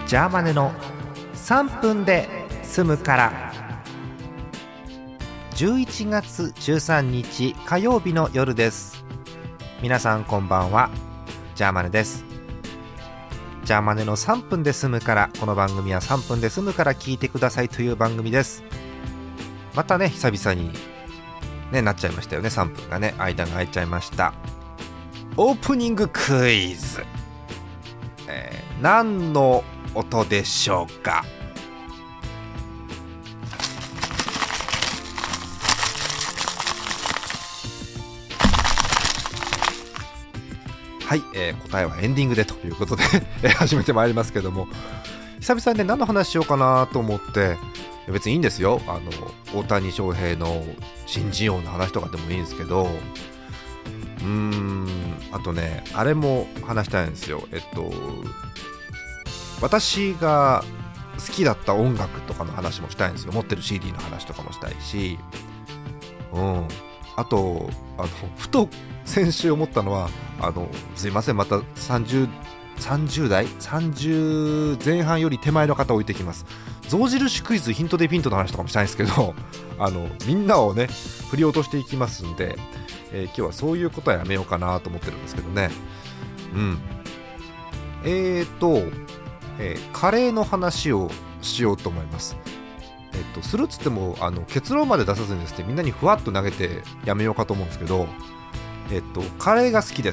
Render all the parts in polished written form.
ジャーマネの3分で済むから。11月13日火曜日の夜です。皆さんこんばんは、ジャーマネです。ジャーマネの3分で済むから、この番組は3分で済むから聞いてくださいという番組です。またね、久々に、なっちゃいましたよね。3分がね、間が空いちゃいました。オープニングクイズ、何の音でしょうか。はい、答えはエンディングでということで始めてまいりますけども、久々にね、何の話しようかなと思って、別にいいんですよ。大谷翔平の新人王の話とかでもいいんですけど、あとね、あれも話したいんですよ。私が好きだった音楽とかの話もしたいんですよ。持ってる CD の話とかもしたいし、あとふと先週思ったのは、すいません、また30前半より手前の方置いてきます。象印クイズヒントでピントの話とかもしたいんですけど、みんなをね振り落としていきますんで、今日はそういうことはやめようかなと思ってるんですけどね。カレーの話をしようと思います。するっつっても結論まで出さずにですね、みんなにふわっと投げてやめようかと思うんですけど、カレーが好きです。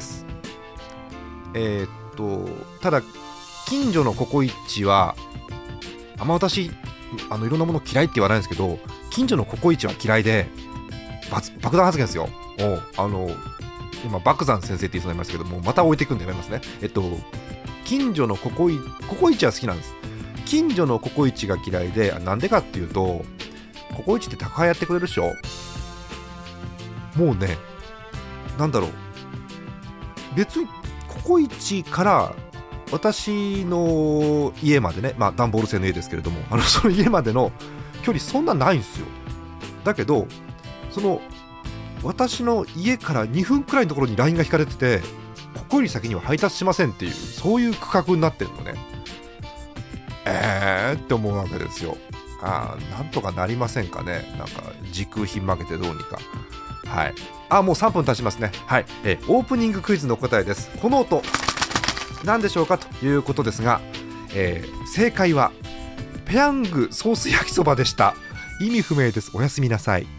ただ近所のココイチはあんま私いろんなもの嫌いって言わないんですけど、近所のココイチは嫌いで、爆弾発言ですよ。今爆弾先生って言いそうになりましたけども、また置いていくんでやめますね。近所のココイチは好きなんです。近所のココイチが嫌いで、なんでかっていうと、ココイチって宅配やってくれるでしょ。もうね、なんだろう、別にココイチから私の家までね、段ボール製の家ですけれども、その家までの距離そんなないんですよ。だけどその私の家から2分くらいのところに LINE が引かれてて、ここより先には配達しませんっていう、そういう区画になってるのね。って思うわけですよ。なんとかなりませんかね。なんか時空ひん曲げてどうにか。はい。もう3分経ちますね。はい。オープニングクイズの答えです。この音何でしょうかということですが、正解はペヤングソース焼きそばでした。意味不明です。おやすみなさい。